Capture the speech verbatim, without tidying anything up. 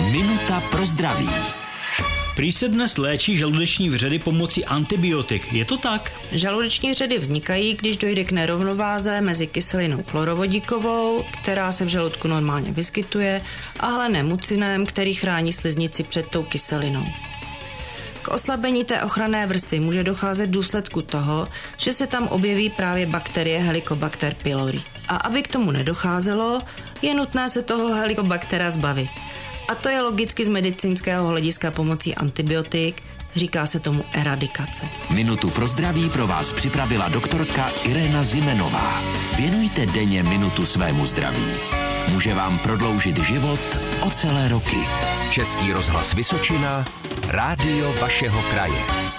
Minuta pro zdraví. Prý se dnes léčí žaludeční vředy pomocí antibiotik. Je to tak? Žaludeční vředy vznikají, když dojde k nerovnováze mezi kyselinou chlorovodíkovou, která se v žaludku normálně vyskytuje, a hlenem mucinem, který chrání sliznici před tou kyselinou. K oslabení té ochranné vrstvy může docházet v důsledku toho, že se tam objeví právě bakterie Helicobacter pylori. A aby k tomu nedocházelo, je nutné se toho Helicobaktera zbavit. A to je logicky z medicínského hlediska pomocí antibiotik, říká se tomu eradikace. Minutu pro zdraví pro vás připravila doktorka Irena Zimenová. Věnujte denně minutu svému zdraví. Může vám prodloužit život o celé roky. Český rozhlas Vysočina, rádio vašeho kraje.